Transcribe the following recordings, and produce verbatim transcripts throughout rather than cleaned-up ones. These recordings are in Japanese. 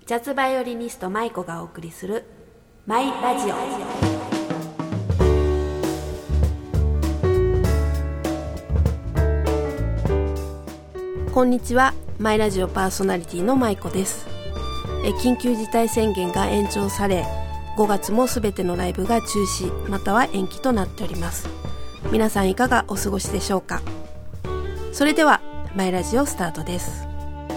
ジャズバイオリニスト舞子がお送りするマイラジオ。こんにちは、マイラジオパーソナリティの舞子です。え緊急事態宣言が延長され、ごがつもすべてのライブが中止または延期となっております。皆さんいかがお過ごしでしょうか。それではマイラジオスタートです。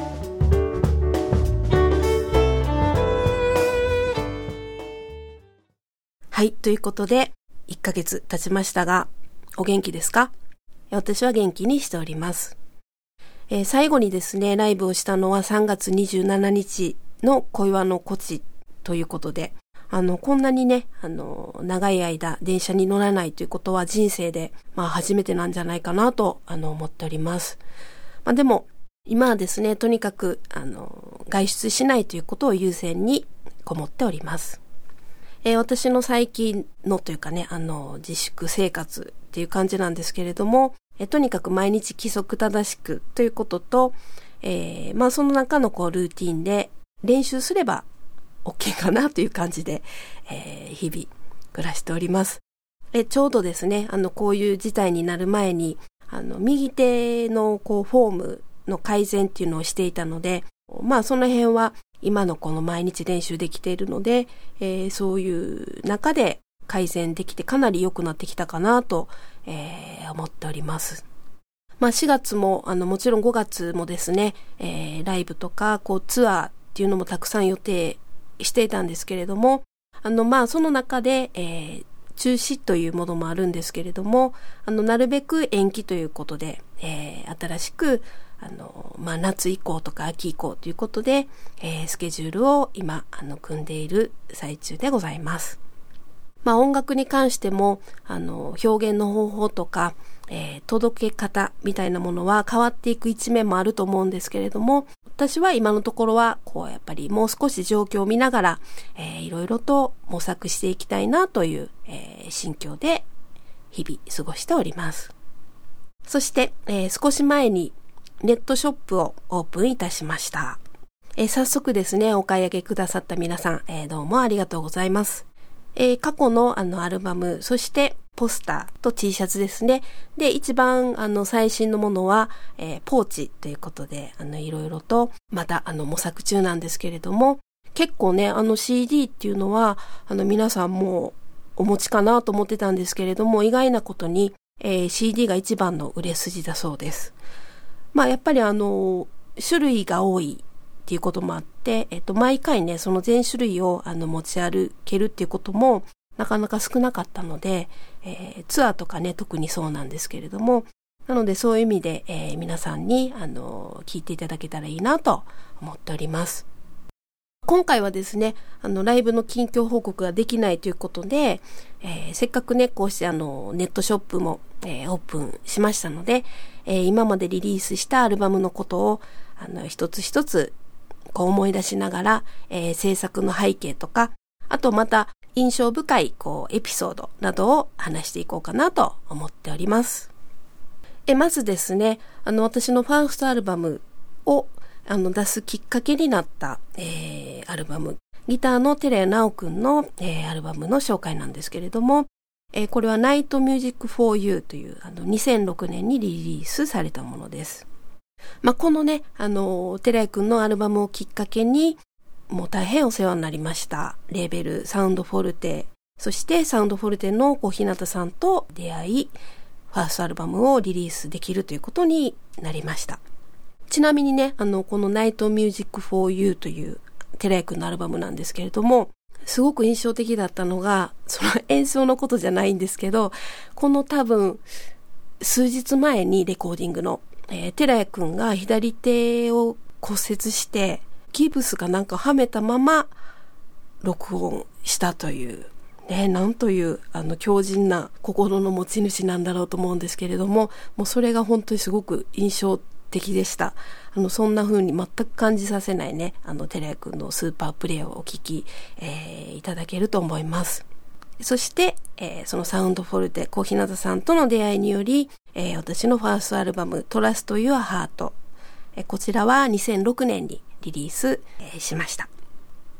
はい、ということでいっかげつ経ちましたが、お元気ですか？私は元気にしております。えー、最後にですね、ライブをしたのはさんがつにじゅうしちにちの小岩のコチということで、あのこんなにね、あの長い間電車に乗らないということは人生で、まあ、初めてなんじゃないかなとあの思っております。まあ、でも今はですね、とにかくあの外出しないということを優先にこもっております。えー、私の最近のというかね、あの自粛生活っていう感じなんですけれども、えー、とにかく毎日規則正しくということと、えー、まあその中のこうルーティンで練習すれば OK かなという感じで、えー、日々暮らしております。えー、ちょうどですね、あのこういう事態になる前にあの右手のこうフォームの改善っていうのをしていたので、まあその辺は今のこの毎日練習できているので、えー、そういう中で改善できてかなり良くなってきたかなと、えー、思っております。まあしがつもあのもちろんごがつもですね、えー、ライブとかこうツアーっていうのもたくさん予定していたんですけれども、あのまあその中で、えー、中止というものもあるんですけれども、あのなるべく延期ということで、えー、新しくあの、まあ、夏以降とか秋以降ということで、えー、スケジュールを今あの組んでいる最中でございます。まあ、音楽に関してもあの表現の方法とか、えー、届け方みたいなものは変わっていく一面もあると思うんですけれども、私は今のところはこうやっぱりもう少し状況を見ながら、えー、いろいろと模索していきたいなという、えー、心境で日々過ごしております。そして、えー、少し前にネットショップをオープンいたしました。えー、早速ですね、お買い上げくださった皆さん、えー、どうもありがとうございます。えー、過去のあのアルバム、そしてポスターと T シャツですね。で、一番あの最新のものは、えー、ポーチということで、あのいろいろとまだあの模索中なんですけれども、結構ね、あの シーディー っていうのはあの皆さんもお持ちかなと思ってたんですけれども、意外なことに、えー、シーディー が一番の売れ筋だそうです。まあやっぱりあの種類が多いっていうこともあって、えっと毎回ねその全種類をあの持ち歩けるっていうこともなかなか少なかったので、えー、ツアーとかね特にそうなんですけれども、なのでそういう意味で、えー、皆さんにあの聞いていただけたらいいなと思っております。今回はですね、あのライブの近況報告ができないということで、えー、せっかくねこうしてあのネットショップも、えー、オープンしましたので、えー、今までリリースしたアルバムのことをあの一つ一つこう思い出しながら、えー、制作の背景とか、あとまた印象深いこうエピソードなどを話していこうかなと思っております。えまずですね、あの私のファーストアルバムをあの出すきっかけになった、えー、アルバム、ギターの寺谷直くんの、えー、アルバムの紹介なんですけれども、えー、これは Night Music for You というあのにせんろくねんにリリースされたものです。まあ、このね、あの寺谷くんのアルバムをきっかけにもう大変お世話になりましたレーベルサウンドフォルテ、そしてサウンドフォルテの小日向さんと出会い、ファーストアルバムをリリースできるということになりました。ちなみにね、あのこの Night Music for You という寺谷くんのアルバムなんですけれども、すごく印象的だったのがその演奏のことじゃないんですけど、この多分数日前にレコーディングの、えー、寺谷くんが左手を骨折してギブスがなんかはめたまま録音したというね、なんというあの強靭な心の持ち主なんだろうと思うんですけれども、もうそれが本当にすごく印象的でした。あのそんな風に全く感じさせないね、あの寺谷くんのスーパープレイをお聞き、えー、いただけると思います。そして、えー、そのサウンドフォルテ小日向さんとの出会いにより、えー、私のファーストアルバム Trust Your Heart、えー、こちらはにせんろくねんにリリース、えー、しました。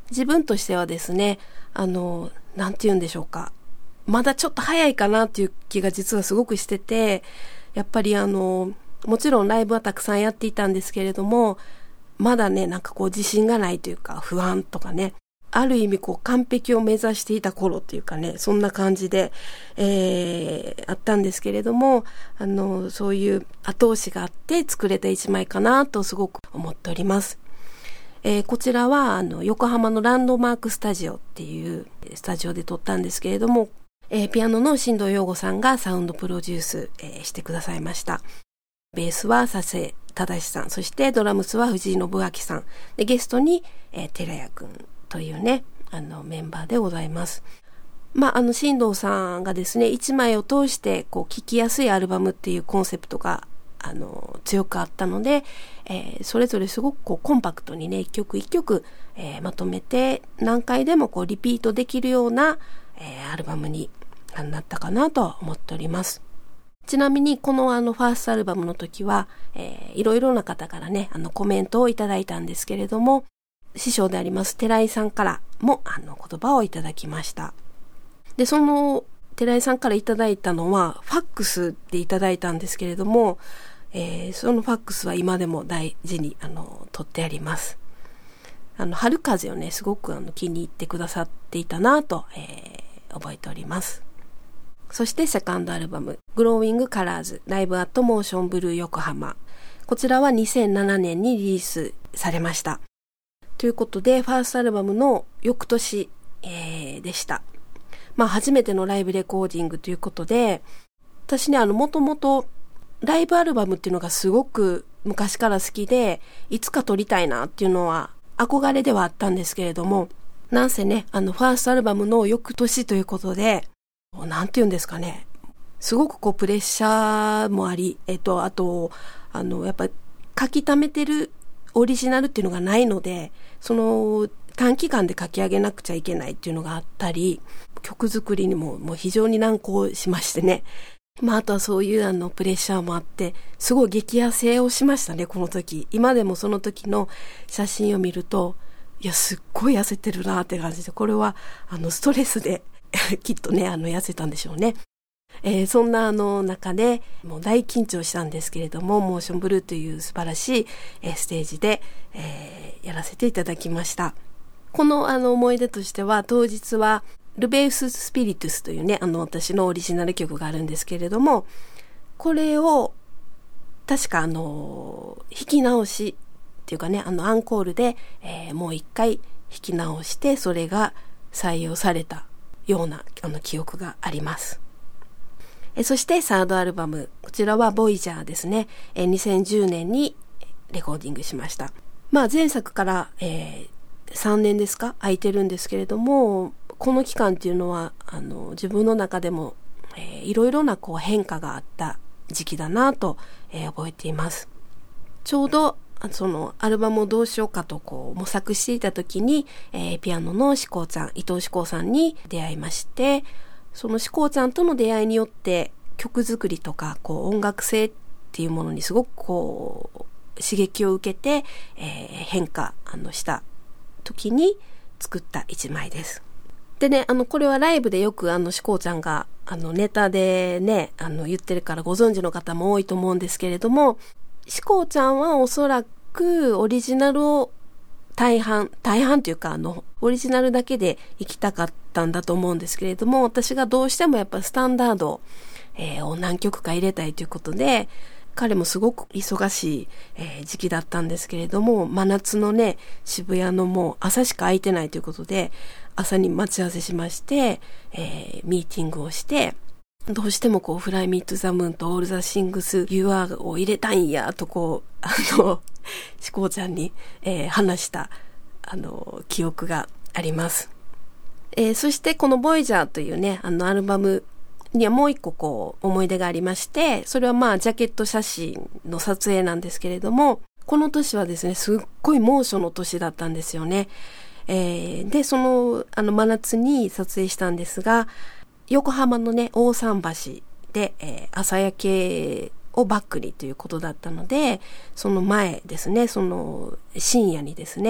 自分としてはですね、あの、なんて言うんでしょうか。まだちょっと早いかなっていう気が実はすごくしてて、やっぱりあの、もちろんライブはたくさんやっていたんですけれども、まだね、なんかこう自信がないというか不安とかね、ある意味こう完璧を目指していた頃っていうかね、そんな感じで、えー、あったんですけれども、あの、そういう後押しがあって作れた一枚かなとすごく思っております。えー、こちらはあの横浜のランドマークスタジオっていうスタジオで撮ったんですけれども、えー、ピアノの新藤陽吾さんがサウンドプロデュース、えー、してくださいました。ベースは佐世忠さん、そしてドラムスは藤井信明さん、でゲストに、えー、寺谷くんというね、あのメンバーでございます。まあ、あの新藤さんがですね、一枚を通してこう聴きやすいアルバムっていうコンセプトがあの強くあったので、えー、それぞれすごくこうコンパクトにね、一曲一曲、えー、まとめて何回でもこうリピートできるような、えー、アルバムになったかなと思っております。ちなみにこのあのファーストアルバムの時は、えー、いろいろな方からね、あのコメントをいただいたんですけれども、師匠であります寺井さんからもあの言葉をいただきました。で、その寺井さんからいただいたのはファックスでいただいたんですけれども、えー、そのファックスは今でも大事にあの取ってあります。あの春風をね、すごくあの気に入ってくださっていたなと、えー、覚えております。そしてセカンドアルバムグローイングカラーズライブアットモーションブルー横浜、こちらはにせんななねんにリリースされました。ということでファーストアルバムの翌年、えー、でした。まあ初めてのライブレコーディングということで、私ね、あのもともとライブアルバムっていうのがすごく昔から好きで、いつか撮りたいなっていうのは憧れではあったんですけれども、なんせね、あのファーストアルバムの翌年ということで、なんて言うんですかね、すごくこうプレッシャーもあり、えっと、あと、あの、やっぱ書き溜めてるオリジナルっていうのがないので、その短期間で書き上げなくちゃいけないっていうのがあったり、曲作りにももう非常に難航しましてね。まああとはそういうあのプレッシャーもあって、すごい激痩せをしましたね、この時。今でもその時の写真を見ると、いや、すっごい痩せてるなって感じで、これはあのストレスできっとね、あの痩せたんでしょうね。えー、そんなあの中でもう大緊張したんですけれども、モーションブルーという素晴らしい、えー、ステージで、えー、やらせていただきました。このあの思い出としては、当日はルベウス・スピリトゥスというね、あの私のオリジナル曲があるんですけれども、これを確かあの弾き直しっていうかね、あのアンコールで、えー、もう一回弾き直して、それが採用されたようなあの記憶があります。えそしてサードアルバム、こちらはボイジャーですね。えにせんじゅうねんにレコーディングしました。まあ前作から、えー、さんねんですか空いてるんですけれども、この期間っていうのはあの自分の中でも、えー、いろいろなこう変化があった時期だなと、えー、覚えています。ちょうどそのアルバムをどうしようかとこう模索していた時に、えー、ピアノの志功ちゃん、伊藤志功さんに出会いまして、その志功ちゃんとの出会いによって曲作りとかこう音楽性っていうものにすごくこう刺激を受けて、えー、変化あのした時に作った一枚です。でね、あのこれはライブでよくあの志功ちゃんがあのネタでねあの言ってるからご存知の方も多いと思うんですけれども、志功ちゃんはおそらくオリジナルを大半大半というかあのオリジナルだけで行きたかったんだと思うんですけれども、私がどうしてもやっぱスタンダード、えー、を何曲か入れたいということで、彼もすごく忙しい、えー、時期だったんですけれども、真夏のね渋谷のもう朝しか空いてないということで、朝に待ち合わせしまして、えー、ミーティングをして、どうしてもこうフライミートザムーンとオールザシングスユアを入れたいんやとこうあの志功ちゃんに、えー、話したあの記憶があります。えー、そしてこのボイジャーというねあのアルバムにはもう一個こう思い出がありまして、それはまあジャケット写真の撮影なんですけれども、この年はですねすっごい猛暑の年だったんですよね。えー、でそのあの真夏に撮影したんですが、横浜のね大桟橋で、えー、朝焼けをバックにということだったので、その前ですね、その深夜にですね、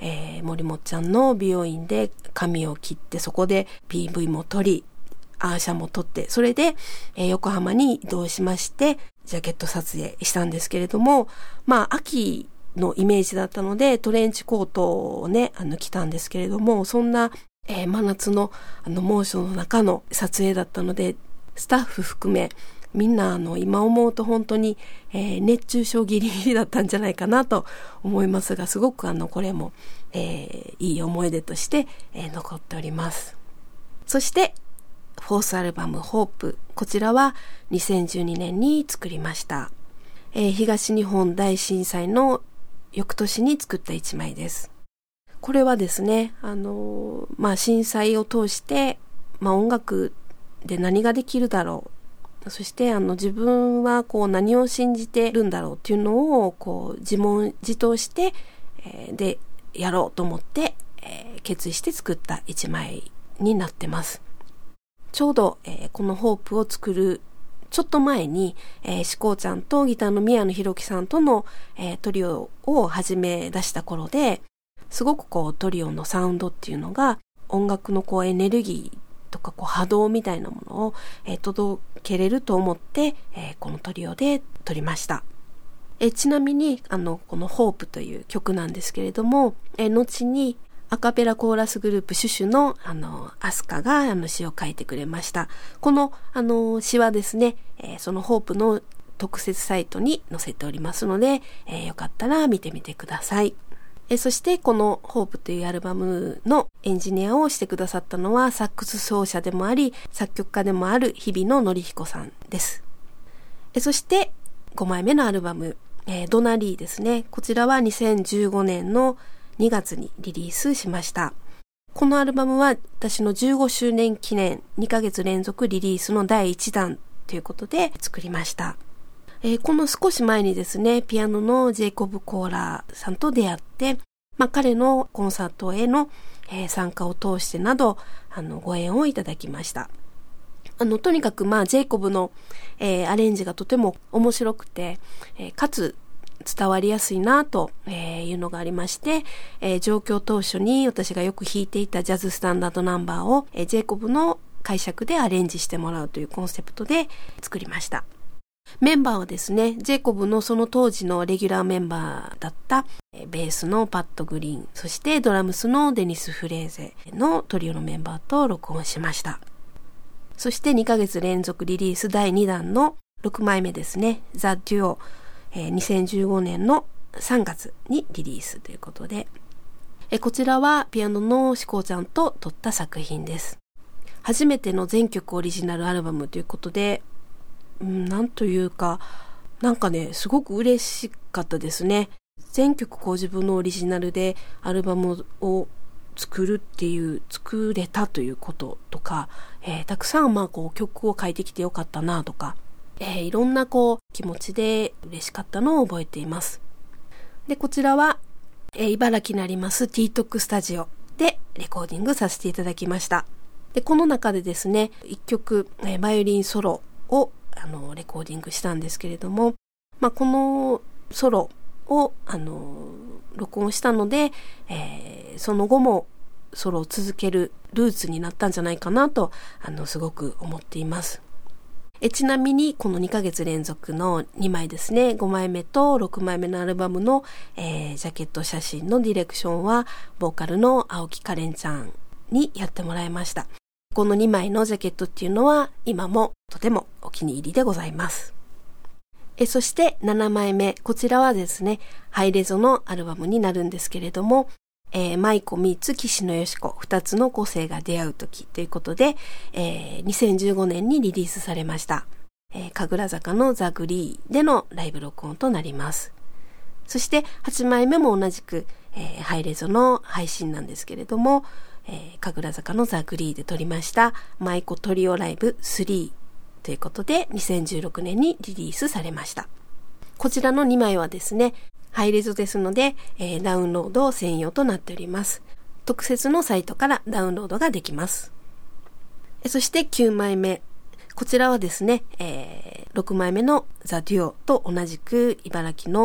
えー、森もっちゃんの美容院で髪を切って、そこで ピーブイ も撮り、アーシャも撮って、それで、えー、横浜に移動しまして、ジャケット撮影したんですけれども、まあ、秋のイメージだったので、トレンチコートをね、あの、着たんですけれども、そんな、えー、真夏の、あの、猛暑の中の撮影だったので、スタッフ含め、みんな、あの、今思うと本当に、えー、熱中症ギリギリだったんじゃないかなと思いますが、すごくあの、これも、えー、いい思い出として、えー、残っております。そして、フォースアルバム、ホープ。こちらはにせんじゅうにねんに作りました。えー、東日本大震災の翌年に作った一枚です。これはですね、あのー、まあ、震災を通して、まあ、音楽で何ができるだろう。そして、あの、自分はこう何を信じてるんだろうっていうのを、こう、自問自答して、えー、で、やろうと思って、えー、決意して作った一枚になってます。ちょうど、えー、このホープを作るちょっと前に、えー、しこうちゃんとギターの宮野博樹さんとの、えー、トリオを始め出した頃で、すごくこうトリオのサウンドっていうのが音楽のこうエネルギーとかこう波動みたいなものを、えー、届けれると思って、えー、このトリオで撮りました。えー、ちなみにあのこのホープという曲なんですけれども、えー、後にアカペラコーラスグループシュシュのあのアスカがあの詩を書いてくれました。このあの詩はですね、えー、そのホープの特設サイトに載せておりますので、えー、よかったら見てみてください。えー、そしてこのホープというアルバムのエンジニアをしてくださったのはサックス奏者でもあり作曲家でもある日比野典彦さんです。えー、そしてごまいめのアルバム、えー、ドナリーですね。こちらはにせんじゅうごねんのにがつにリリースしました。このアルバムは私のじゅうごしゅうねん記念にかげつ連続リリースのだいいちだんということで作りました。えー、この少し前にですね、ピアノのジェイコブ・コーラーさんと出会って、まあ、彼のコンサートへの、えー、参加を通してなどあのご縁をいただきました。あのとにかくまあジェイコブの、えー、アレンジがとても面白くて、えー、かつ伝わりやすいなというのがありまして、えー、上京当初に私がよく弾いていたジャズスタンダードナンバーを、えー、ジェイコブの解釈でアレンジしてもらうというコンセプトで作りました。メンバーはですね、ジェイコブのその当時のレギュラーメンバーだった、えー、ベースのパッド・グリーン、そしてドラムスのデニス・フレーゼのトリオのメンバーと録音しました。そしてにかげつ連続リリースだいにだんのろくまいめですね、ザ・デュオ、えー、にせんじゅうごねんのさんがつにリリースということで、えー、こちらはピアノのしこうちゃんと撮った作品です。初めての全曲オリジナルアルバムということで、うん、なんというかなんかねすごく嬉しかったですね。全曲こう自分のオリジナルでアルバムを作るっていう作れたということとか、えー、たくさんまあこう曲を書いてきてよかったなとか、えー、いろんなこう気持ちで嬉しかったのを覚えています。でこちらは、えー、茨城にあります ティートック スタジオでレコーディングさせていただきました。でこの中でですねいっきょく、えー、バイオリンソロをあのレコーディングしたんですけれども、まあ、このソロをあの録音したので、えー、その後もソロを続けるルーツになったんじゃないかなとあのすごく思っています。えちなみにこのにかげつ連続のにまいですね、ごまいめとろくまいめのアルバムの、えー、ジャケット写真のディレクションはボーカルの青木かれんちゃんにやってもらいました。このにまいのジャケットっていうのは今もとてもお気に入りでございます。えそしてななまいめ、こちらはですねハイレゾのアルバムになるんですけれども、えー、舞子ミーツ岸野よし子二つの個性が出会う時ということで、えー、にせんじゅうごねんにリリースされました。えー、神楽坂のザ・グリーでのライブ録音となります。そしてはちまいめも同じく、えー、ハイレゾの配信なんですけれども、えー、神楽坂のザ・グリーで撮りました舞子トリオライブスリーということでにせんじゅうろくねんにリリースされました。こちらのにまいはですねハイレゾですので、えー、ダウンロード専用となっております。特設のサイトからダウンロードができます。えそしてきゅうまいめ、こちらはですね、えー、ろくまいめのザ・デュオと同じく茨城の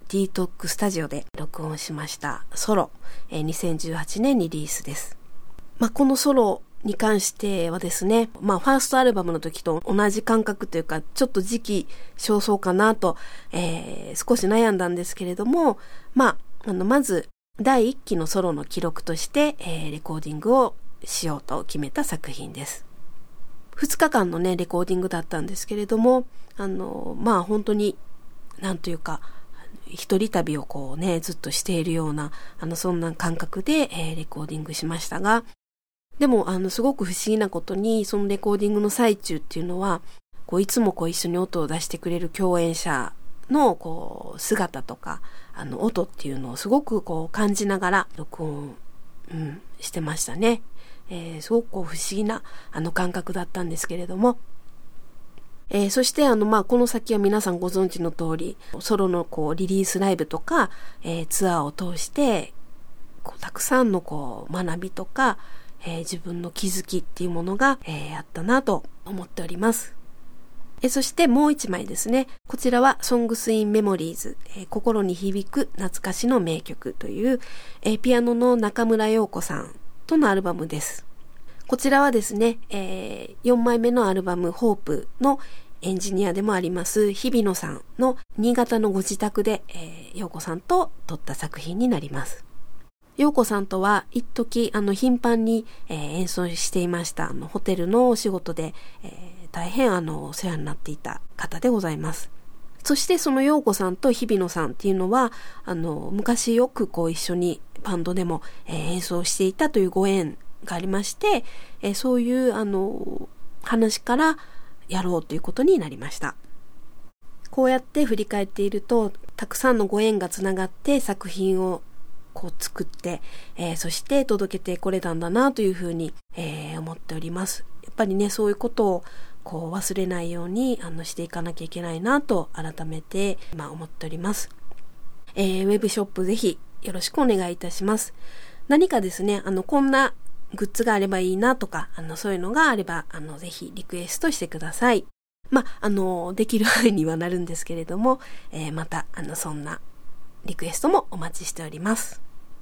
ティートックスタジオで録音しましたソロ、えー、にせんじゅうはちねんリリースです。まあ、このソロに関してはですね、まあ、ファーストアルバムの時と同じ感覚というか、ちょっと時期尚早かなと、えー、少し悩んだんですけれども、まあ、あの、まず、第一期のソロの記録として、えー、レコーディングをしようと決めた作品です。ふつかかんのね、レコーディングだったんですけれども、あの、まあ、本当に、なんというか、一人旅をこうね、ずっとしているような、あの、そんな感覚で、えー、レコーディングしましたが、でも、あの、すごく不思議なことに、そのレコーディングの最中っていうのは、こう、いつもこう、一緒に音を出してくれる共演者の、こう、姿とか、あの、音っていうのをすごくこう、感じながら、録音、うん、してましたね。えー、すごくこう、不思議な、あの、感覚だったんですけれども、えー、そして、あの、まあ、この先は皆さんご存知の通り、ソロのこう、リリースライブとか、えー、ツアーを通して、こう、たくさんのこう、学びとか、えー、自分の気づきっていうものが、えー、あったなと思っております。えー、そしてもう一枚ですね。こちらは Songs in Memories、えー、心に響く懐かしの名曲という、えー、ピアノの中村陽子さんとのアルバムです。こちらはですね、えー、よんまいめのアルバム Hope のエンジニアでもあります日比野さんの新潟のご自宅で、えー、陽子さんと撮った作品になります。陽子さんとは一時あの頻繁に、えー、演奏していましたあのホテルのお仕事で、えー、大変あのお世話になっていた方でございます。そしてその陽子さんと日比野さんっていうのはあの昔よくこう一緒にバンドでも、えー、演奏していたというご縁がありまして、えー、そういうあの話からやろうということになりました。こうやって振り返っているとたくさんのご縁がつながって作品をこう作って、えー、そして届けてこれたんだなというふうに、えー、思っております。やっぱりね、そういうことをこう忘れないようにあのしていかなきゃいけないなと改めて今思っております。えー、ウェブショップぜひよろしくお願いいたします。何かですね、あのこんなグッズがあればいいなとか、あのそういうのがあればあのぜひリクエストしてください。まあ、あのできる範囲にはなるんですけれども、えー、またあのそんなリクエストもお待ちしております。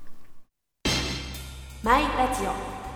マイラジオ。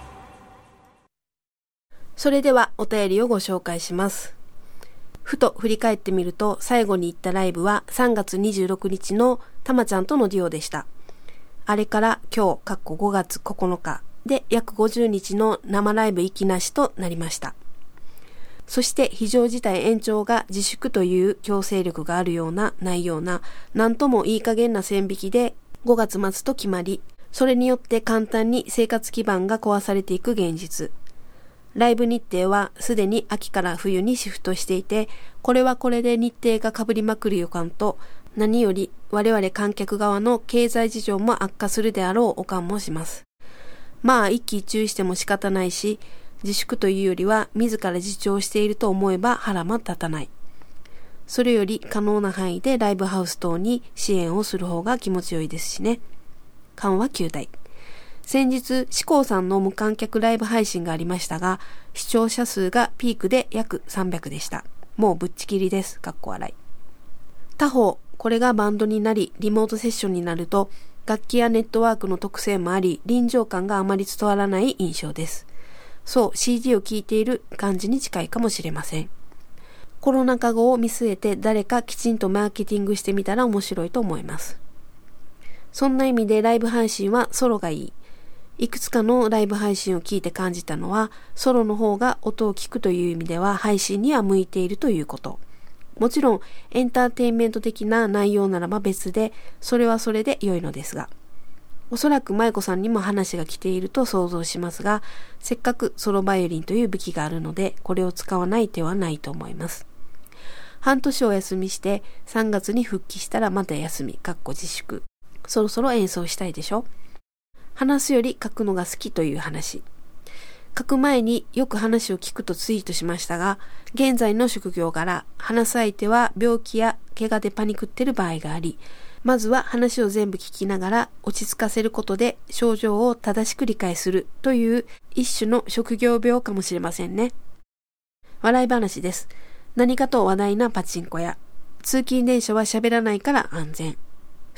それではお便りをご紹介します。ふと振り返ってみると最後に行ったライブはさんがつにじゅうろくにちのたまちゃんとのデュオでした。あれから今日ごがつここのかで約ごじゅうにちの生ライブ行きなしとなりました。そして非常事態延長が自粛という強制力があるようなないようななんともいい加減な線引きでごがつまつと決まり、それによって簡単に生活基盤が壊されていく現実。ライブ日程はすでに秋から冬にシフトしていて、これはこれで日程が被りまくる予感と、何より我々観客側の経済事情も悪化するであろう予感もします。まあ一喜一憂しても仕方ないし、自粛というよりは自ら自重していると思えば腹も立たない。それより可能な範囲でライブハウス等に支援をする方が気持ちよいですしね。緩和きゅうだい。先日、志功さんの無観客ライブ配信がありましたが、視聴者数がピークで約さんびゃくでした。もうぶっちぎりです。かっこ笑い。他方、これがバンドになり、リモートセッションになると、楽器やネットワークの特性もあり、臨場感があまり伝わらない印象です。そう、シーディー を聴いている感じに近いかもしれません。コロナ禍後を見据えて誰かきちんとマーケティングしてみたら面白いと思います。そんな意味でライブ配信はソロがいい。いくつかのライブ配信を聞いて感じたのは、ソロの方が音を聞くという意味では配信には向いているということ。もちろんエンターテインメント的な内容ならば別で、それはそれで良いのですが、おそらく舞子さんにも話が来ていると想像しますが、せっかくソロバイオリンという武器があるので、これを使わない手はないと思います。半年お休みしてさんがつに復帰したらまた休み、かっこ自粛。そろそろ演奏したいでしょ。話すより書くのが好きという話。書く前によく話を聞くとツイートしましたが、現在の職業柄、話す相手は病気や怪我でパニクっている場合があり、まずは話を全部聞きながら落ち着かせることで症状を正しく理解するという一種の職業病かもしれませんね。笑い話です。何かと話題なパチンコ屋。通勤電車は喋らないから安全。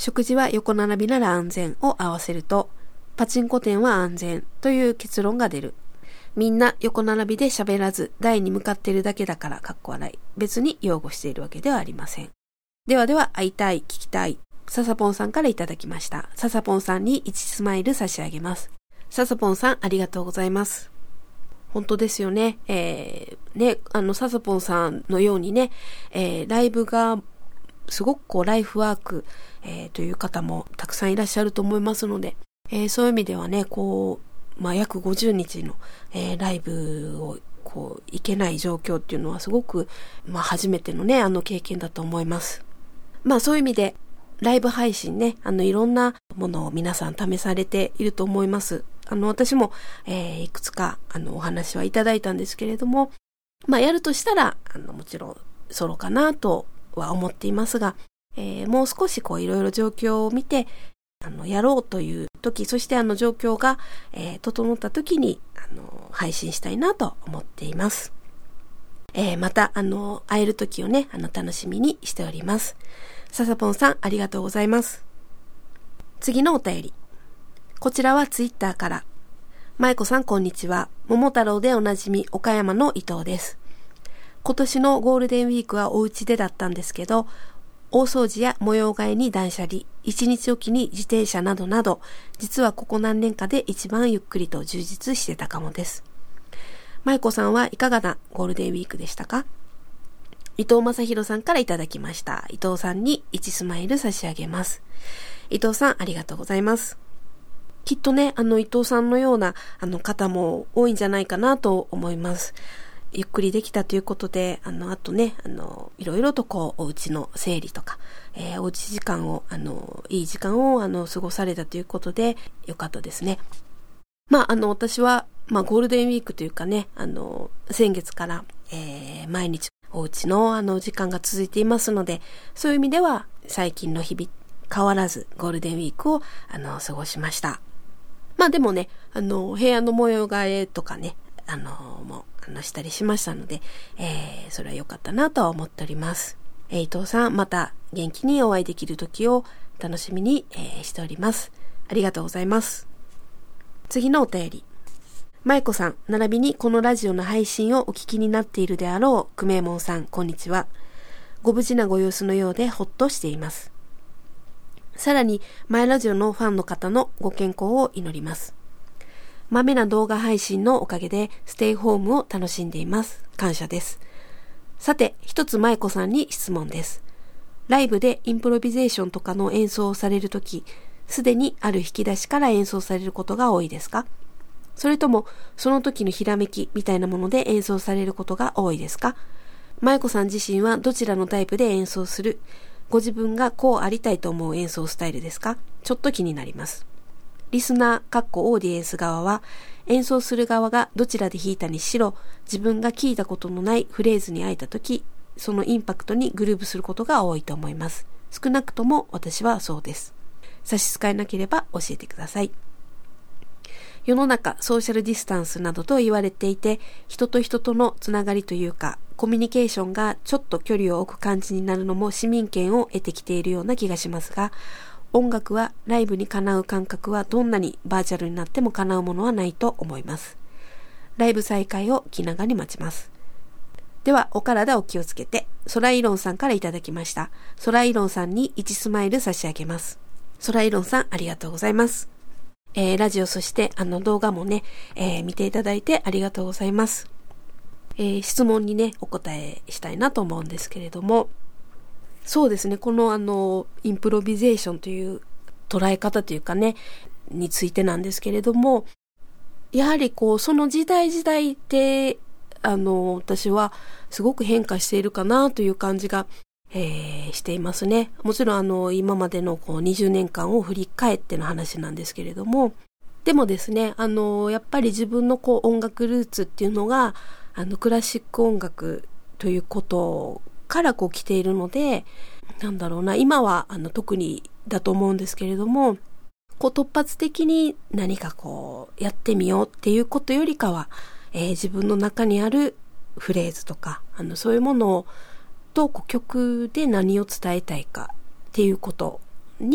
食事は横並びなら安全を合わせると、パチンコ店は安全という結論が出る。みんな横並びで喋らず台に向かっているだけだからかっこ笑い。別に擁護しているわけではありません。ではでは会いたい、聞きたい。ささぽんさんからいただきました。ささぽんさんにいちスマイル差し上げます。ささぽんさんありがとうございます。本当ですよね。えー、ね、あのささぽんさんのようにね、えー、ライブがすごくこうライフワーク、えー、という方もたくさんいらっしゃると思いますので、えー、そういう意味ではね、こう、まあ、約ごじゅうにちの、えー、ライブをこう行けない状況っていうのはすごく、まあ、初めてのね、あの経験だと思います。まあそういう意味で、ライブ配信ね、あのいろんなものを皆さん試されていると思います。あの私も、えー、いくつかあのお話はいただいたんですけれども、まあやるとしたら、あのもちろんソロかなとは思っていますが、えー、もう少しこういろいろ状況を見て、あのやろうという時、そしてあの状況が、えー、整った時にあの配信したいなと思っています。えー、またあの会える時をね、あの楽しみにしております。ささぽんさんありがとうございます。次のお便り。こちらはツイッターから。まえこさんこんにちは。桃太郎でおなじみ岡山の伊藤です。今年のゴールデンウィークはお家でだったんですけど、大掃除や模様替えに断捨離、一日おきに自転車などなど、実はここ何年かで一番ゆっくりと充実してたかもです。まえこさんはいかがなゴールデンウィークでしたか？伊藤正宏さんからいただきました。伊藤さんにいちスマイル差し上げます。伊藤さんありがとうございます。きっとね、あの伊藤さんのようなあの方も多いんじゃないかなと思います。ゆっくりできたということで、あの、あとね、あの、いろいろとこう、お家の整理とか、えー、おうち時間を、あの、いい時間を、あの、過ごされたということで、よかったですね。まあ、あの、私は、まあ、ゴールデンウィークというかね、あの、先月から、えー、毎日、お家の、あの、時間が続いていますので、そういう意味では、最近の日々、変わらず、ゴールデンウィークを、あの、過ごしました。まあ、でもね、あの、部屋の模様替えとかね、あの、もう、あのしたりしましたので、えー、それは良かったなとは思っております。えー、伊藤さん、また元気にお会いできる時を楽しみに、えー、しております。ありがとうございます。次のお便り。まえこさん、並びにこのラジオの配信をお聞きになっているであろう、くめもんさん、こんにちは。ご無事なご様子のようでほっとしています。さらに、前ラジオのファンの方のご健康を祈ります。まめな動画配信のおかげでステイホームを楽しんでいます。感謝です。さて、一つまえこさんに質問です。ライブでインプロビゼーションとかの演奏をされるとき、すでにある引き出しから演奏されることが多いですか？それとも、その時のひらめきみたいなもので演奏されることが多いですか？まえこさん自身はどちらのタイプで演奏する、ご自分がこうありたいと思う演奏スタイルですか？ちょっと気になります。リスナー、かっこオーディエンス側は、演奏する側がどちらで弾いたにしろ、自分が聞いたことのないフレーズに会えたとき、そのインパクトにグルーブすることが多いと思います。少なくとも私はそうです。差し支えなければ教えてください。世の中、ソーシャルディスタンスなどと言われていて、人と人とのつながりというか、コミュニケーションがちょっと距離を置く感じになるのも市民権を得てきているような気がしますが、音楽はライブにかなう感覚はどんなにバーチャルになってもかなうものはないと思います。ライブ再開を気長に待ちます。では、お体お気をつけて、ソライロンさんからいただきました。ソライロンさんにいちスマイル差し上げます。ソライロンさん、ありがとうございます。えー、ラジオ、そしてあの動画もね、えー、見ていただいてありがとうございます。えー、質問にね、お答えしたいなと思うんですけれども、そうですね、このあのインプロビゼーションという捉え方というかねについてなんですけれども、やはりこうその時代時代ってあの私はすごく変化しているかなという感じが、えー、していますね。もちろんあの今までのこうにじゅうねんかんを振り返っての話なんですけれども、でもですね、あのやっぱり自分のこう音楽ルーツっていうのがあのクラシック音楽ということからこう来ているので、なんだろうな、今はあの特にだと思うんですけれども、こう突発的に何かこうやってみようっていうことよりかは、えー、自分の中にあるフレーズとかあのそういうものとこう曲で何を伝えたいかっていうことに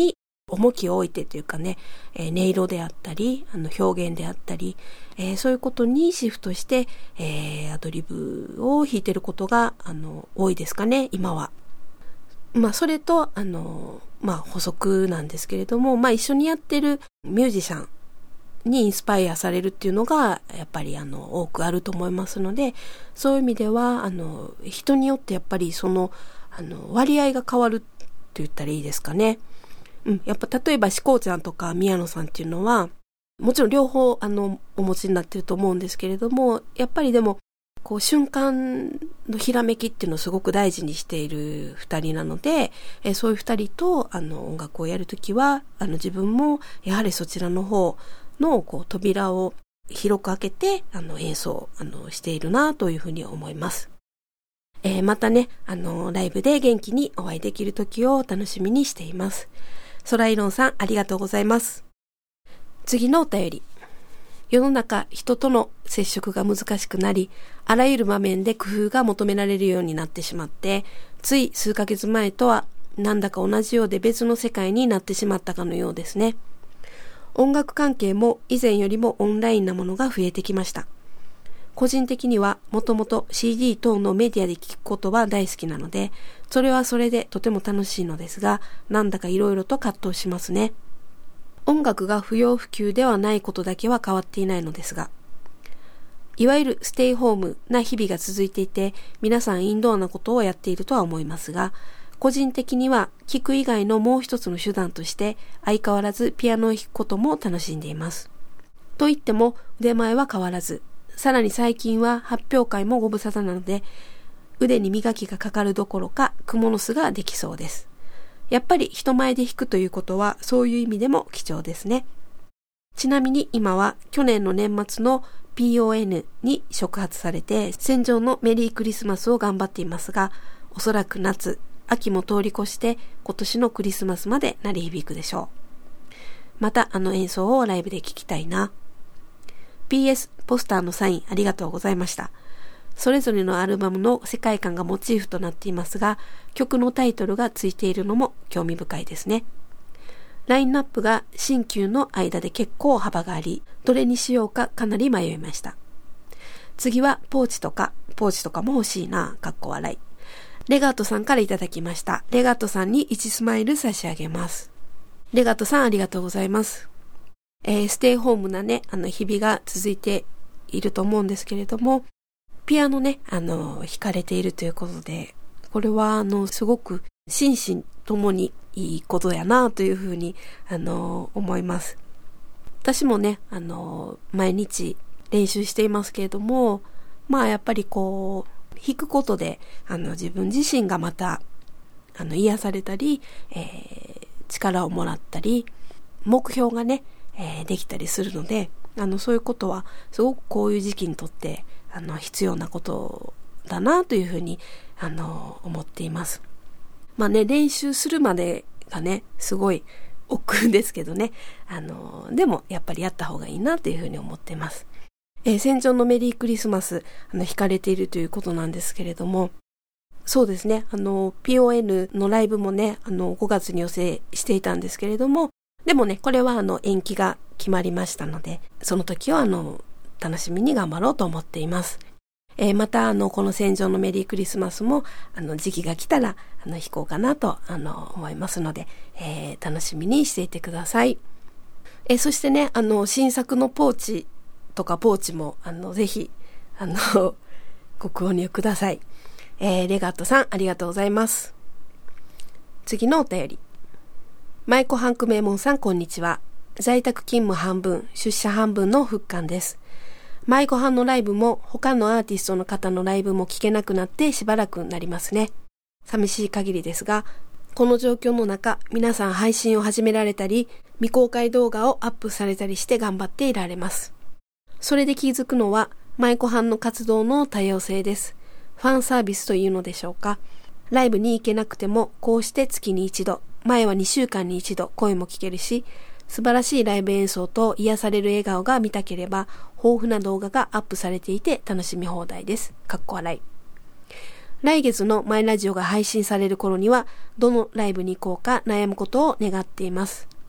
重きを置いてというかね、えー、音色であったり、あの表現であったり、えー、そういうことにシフトして、えー、アドリブを弾いてることが、あの、多いですかね、今は。まあ、それと、あの、まあ、補足なんですけれども、まあ、一緒にやってるミュージシャンにインスパイアされるっていうのが、やっぱり、あの、多くあると思いますので、そういう意味では、あの、人によってやっぱりその、あの、割合が変わるって言ったらいいですかね。うん、やっぱ例えばしこうちゃんとか宮野さんっていうのはもちろん両方あのお持ちになってると思うんですけれども、やっぱりでもこう瞬間のひらめきっていうのをすごく大事にしている二人なので、えそういう二人とあの音楽をやるときはあの自分もやはりそちらの方のこう扉を広く開けてあの演奏あのしているなというふうに思います。えー、またねあのライブで元気にお会いできるときを楽しみにしています。ソライロンさん、ありがとうございます。次のお便り。世の中、人との接触が難しくなり、あらゆる場面で工夫が求められるようになってしまって、つい数ヶ月前とは、なんだか同じようで別の世界になってしまったかのようですね。音楽関係も以前よりもオンラインなものが増えてきました。個人的にはもともと シーディー 等のメディアで聞くことは大好きなので、それはそれでとても楽しいのですが、なんだかいろいろと葛藤しますね。音楽が不要不急ではないことだけは変わっていないのですが、いわゆるステイホームな日々が続いていて、皆さんインドアなことをやっているとは思いますが、個人的には聞く以外のもう一つの手段として相変わらずピアノを弾くことも楽しんでいます。と言っても腕前は変わらず、さらに最近は発表会もご無沙汰なので、腕に磨きがかかるどころか蜘蛛の巣ができそうです。やっぱり人前で弾くということはそういう意味でも貴重ですね。ちなみに今は去年の年末の ピーオーエヌ に触発されて戦場のメリークリスマスを頑張っていますが、おそらく夏、秋も通り越して今年のクリスマスまで鳴り響くでしょう。またあの演奏をライブで聴きたいな。ピーエス ポスターのサインありがとうございました。それぞれのアルバムの世界観がモチーフとなっていますが、曲のタイトルがついているのも興味深いですね。ラインナップが新旧の間で結構幅があり、どれにしようかかなり迷いました。次はポーチとか、ポーチとかも欲しいな、かっこ笑い。レガートさんからいただきました。レガートさんにいちスマイル差し上げます。レガートさんありがとうございます。えー、ステイホームなね、あの日々が続いていると思うんですけれども、ピアノね、あの、弾かれているということで、これはあの、すごく心身ともにいいことやなというふうに、あの、思います。私もね、あの、毎日練習していますけれども、まあやっぱりこう、弾くことで、あの、自分自身がまた、あの、癒されたり、えー、力をもらったり、目標がね、えー、できたりするので、あのそういうことはすごくこういう時期にとってあの必要なことだなというふうにあの思っています。まあね、練習するまでがねすごい億劫ですけどね、あのでもやっぱりやった方がいいなというふうに思っています。えー、戦場のメリークリスマスあの弾かれているということなんですけれども、そうですね、あの ピーオーエヌ のライブもねあのごがつに予定していたんですけれども、でもねこれはあの延期が決まりましたので、その時はあの楽しみに頑張ろうと思っています。えー、またあのこの戦場のメリークリスマスもあの時期が来たらあの弾こうかなとあの思いますので、えー、楽しみにしていてください。えー、そしてねあの新作のポーチとかポーチもあのぜひあのご購入ください。えー、レガットさんありがとうございます。次のお便り。舞妓ハンク名門さんこんにちは。在宅勤務半分、出社半分の復刊です。舞妓班のライブも他のアーティストの方のライブも聞けなくなってしばらくなりますね。寂しい限りですが、この状況の中、皆さん配信を始められたり、未公開動画をアップされたりして頑張っていられます。それで気づくのは、舞妓班の活動の多様性です。ファンサービスというのでしょうか。ライブに行けなくても、こうして月に一度、前はにしゅうかんに一度声も聞けるし、素晴らしいライブ演奏と癒される笑顔が見たければ、豊富な動画がアップされていて楽しみ放題です。かっこ笑い。来月のマイラジオが配信される頃には、どのライブに行こうか悩むことを願っています。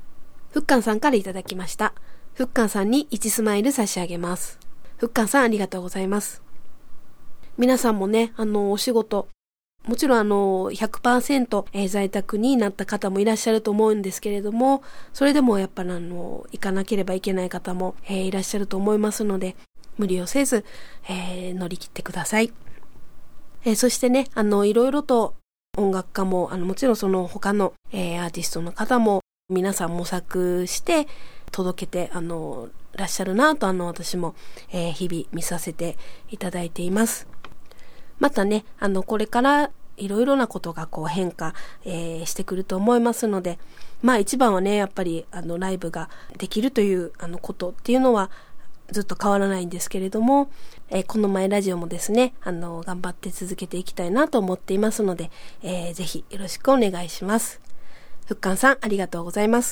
ふっかんさんからいただきました。ふっかんさんにいちスマイル差し上げます。ふっかんさんありがとうございます。皆さんもね、あの、お仕事、もちろんあの、ひゃくパーセント、えー、在宅になった方もいらっしゃると思うんですけれども、それでもやっぱりあの、行かなければいけない方も、えー、いらっしゃると思いますので、無理をせず、えー、乗り切ってください。えー、そしてね、あの、いろいろと音楽家も、あの、もちろんその他の、えー、アーティストの方も、皆さん模索して届けて、あの、らっしゃるなと、あの、私も、えー、日々見させていただいています。またね、あの、これからいろいろなことがこう変化、えー、してくると思いますので、まあ一番はね、やっぱり、あの、ライブができるという、あの、ことっていうのは、ずっと変わらないんですけれども、えー、この前ラジオもですね、あの、頑張って続けていきたいなと思っていますので、えー、ぜひよろしくお願いします。ふっかんさん、ありがとうございます。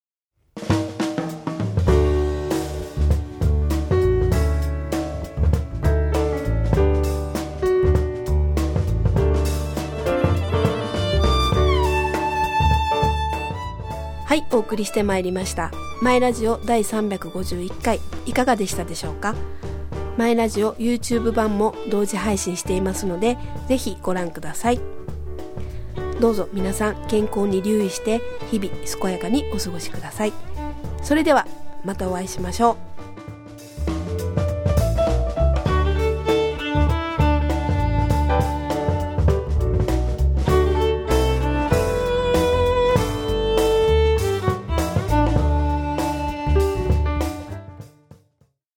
はい、お送りしてまいりました。マイラジオだいさんびゃくごじゅういっかい、いかがでしたでしょうか？マイラジオ YouTube 版も同時配信していますので、ぜひご覧ください。どうぞ皆さん健康に留意して日々健やかにお過ごしください。それではまたお会いしましょう。